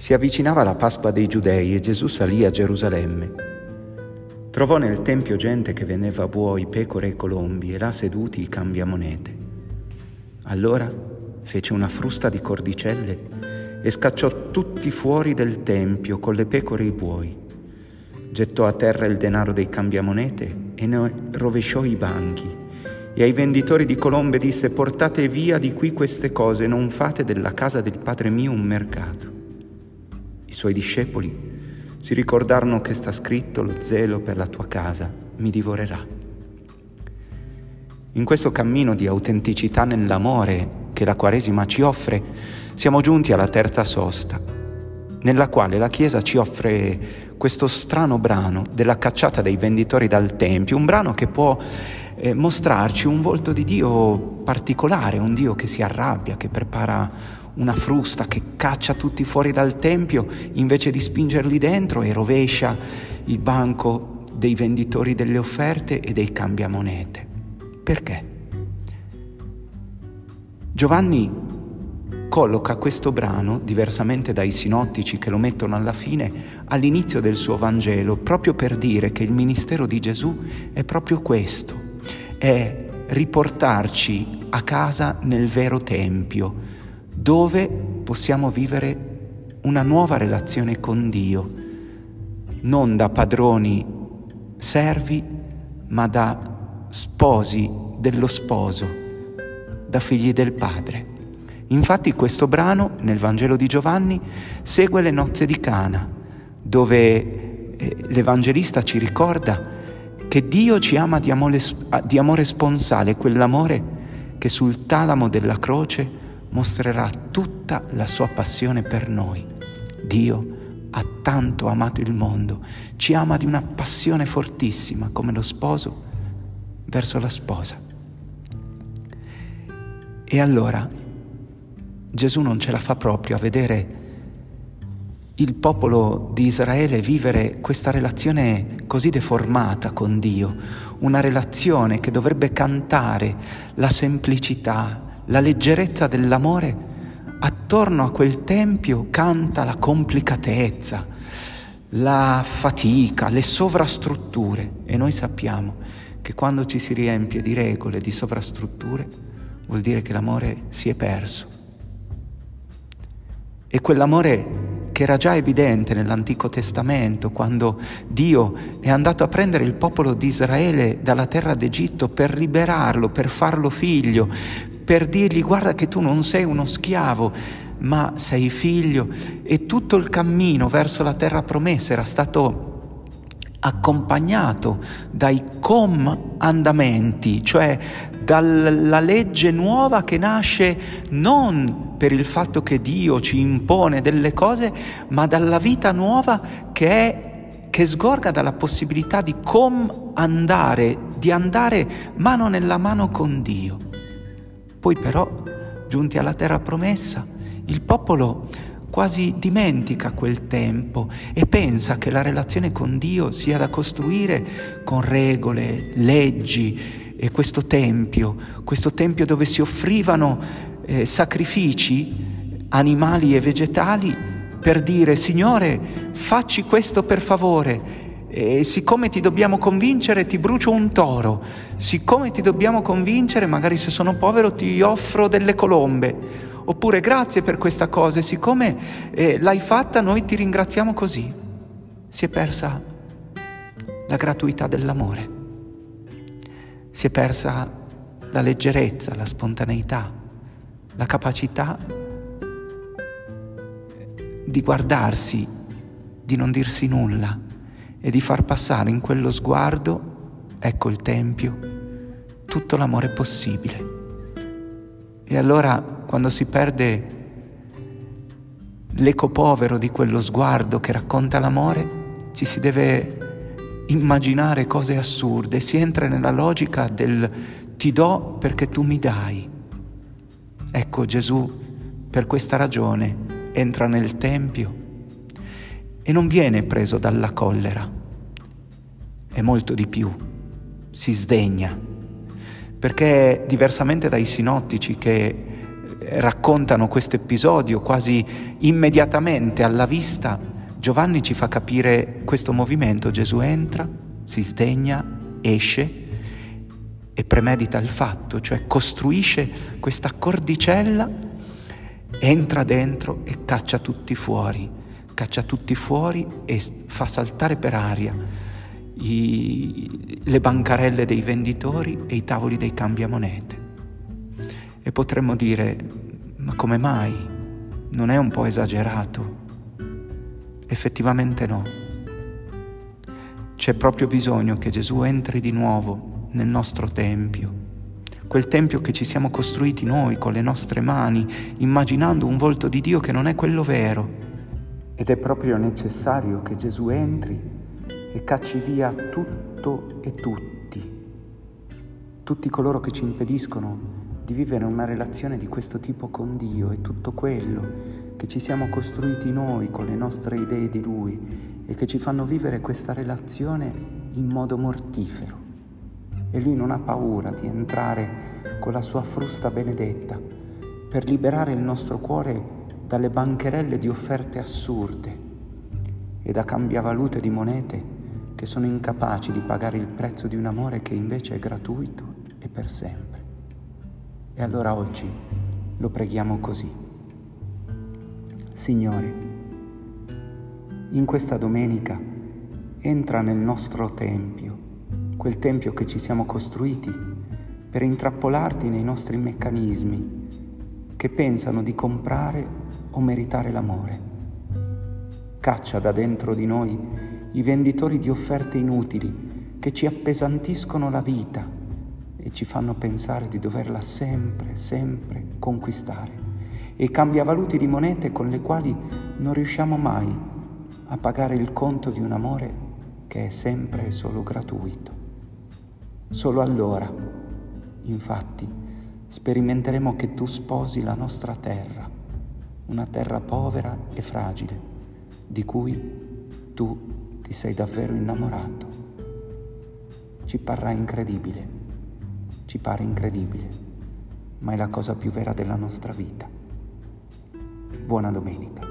Si avvicinava la Pasqua dei Giudei e Gesù salì a Gerusalemme. Trovò nel tempio gente che vendeva buoi, pecore e colombi e là seduti i cambiamonete. Allora fece una frusta di cordicelle e scacciò tutti fuori del tempio con le pecore e i buoi. Gettò a terra il denaro dei cambiamonete e ne rovesciò i banchi. E ai venditori di colombe disse: portate via di qui queste cose, non fate della casa del Padre mio un mercato. I suoi discepoli si ricordarono che sta scritto: lo zelo per la tua casa mi divorerà. In questo cammino di autenticità nell'amore che la Quaresima ci offre, siamo giunti alla terza sosta, nella quale la Chiesa ci offre questo strano brano della cacciata dei venditori dal Tempio, un brano che può mostrarci un volto di Dio particolare, un Dio che si arrabbia, che prepara una frusta, che caccia tutti fuori dal Tempio invece di spingerli dentro e rovescia il banco dei venditori delle offerte e dei cambiamonete. Perché? Giovanni colloca questo brano, diversamente dai sinottici che lo mettono alla fine, all'inizio del suo Vangelo, proprio per dire che il ministero di Gesù è proprio questo, è riportarci a casa nel vero Tempio, dove possiamo vivere una nuova relazione con Dio, non da padroni servi, ma da sposi dello sposo, da figli del Padre. Infatti questo brano nel Vangelo di Giovanni segue le nozze di Cana, dove l'Evangelista ci ricorda che Dio ci ama di amore sponsale, quell'amore che sul talamo della croce mostrerà tutta la sua passione per noi. Dio ha tanto amato il mondo, ci ama di una passione fortissima come lo sposo verso la sposa. E allora Gesù non ce la fa proprio a vedere il popolo di Israele vivere questa relazione così deformata con Dio, una relazione che dovrebbe cantare la semplicità, la leggerezza dell'amore. Attorno a quel tempio canta la complicatezza, la fatica, le sovrastrutture. E noi sappiamo che quando ci si riempie di regole, di sovrastrutture, vuol dire che l'amore si è perso. E quell'amore che era già evidente nell'Antico Testamento, quando Dio è andato a prendere il popolo di Israele dalla terra d'Egitto per liberarlo, per farlo figlio, per dirgli: guarda che tu non sei uno schiavo, ma sei figlio. E tutto il cammino verso la terra promessa era stato accompagnato dai comandamenti, cioè dalla legge nuova che nasce non per il fatto che Dio ci impone delle cose, ma dalla vita nuova che sgorga dalla possibilità di andare mano nella mano con Dio. Poi però, giunti alla terra promessa, il popolo quasi dimentica quel tempo e pensa che la relazione con Dio sia da costruire con regole, leggi e questo tempio dove si offrivano sacrifici animali e vegetali per dire: Signore, facci questo per favore. E siccome ti dobbiamo convincere ti brucio un toro, siccome ti dobbiamo convincere magari se sono povero ti offro delle colombe, oppure grazie per questa cosa, siccome l'hai fatta noi ti ringraziamo così. Si è persa la gratuità dell'amore, si è persa la leggerezza, la spontaneità, la capacità di guardarsi, di non dirsi nulla e di far passare in quello sguardo, ecco il Tempio, tutto l'amore possibile. E allora, quando si perde l'eco povero di quello sguardo che racconta l'amore, ci si deve immaginare cose assurde, si entra nella logica del ti do perché tu mi dai. Ecco, Gesù per questa ragione entra nel Tempio e non viene preso dalla collera, è molto di più, si sdegna, perché diversamente dai sinottici che raccontano questo episodio quasi immediatamente alla vista, Giovanni ci fa capire questo movimento. Gesù entra, si sdegna, esce e premedita il fatto, cioè costruisce questa cordicella, entra dentro e caccia tutti fuori e fa saltare per aria le bancarelle dei venditori e i tavoli dei cambiamonete. E potremmo dire: ma come mai? Non è un po' esagerato? Effettivamente no. C'è proprio bisogno che Gesù entri di nuovo nel nostro tempio, quel tempio che ci siamo costruiti noi con le nostre mani, immaginando un volto di Dio che non è quello vero. Ed è proprio necessario che Gesù entri e cacci via tutto e tutti coloro che ci impediscono di vivere una relazione di questo tipo con Dio, e tutto quello che ci siamo costruiti noi con le nostre idee di Lui e che ci fanno vivere questa relazione in modo mortifero. E Lui non ha paura di entrare con la sua frusta benedetta per liberare il nostro cuore dalle bancherelle di offerte assurde e da cambiavalute di monete che sono incapaci di pagare il prezzo di un amore che invece è gratuito e per sempre. E allora oggi lo preghiamo così: Signore, in questa domenica entra nel nostro tempio, quel tempio che ci siamo costruiti per intrappolarti nei nostri meccanismi che pensano di comprare o meritare l'amore. Caccia da dentro di noi i venditori di offerte inutili che ci appesantiscono la vita e ci fanno pensare di doverla sempre conquistare, e i cambiavaluti di monete con le quali non riusciamo mai a pagare il conto di un amore che è sempre e solo gratuito. Solo allora, infatti, sperimenteremo che tu sposi la nostra terra, una terra povera e fragile, di cui tu ti sei davvero innamorato. Ci pare incredibile, ma è la cosa più vera della nostra vita. Buona domenica.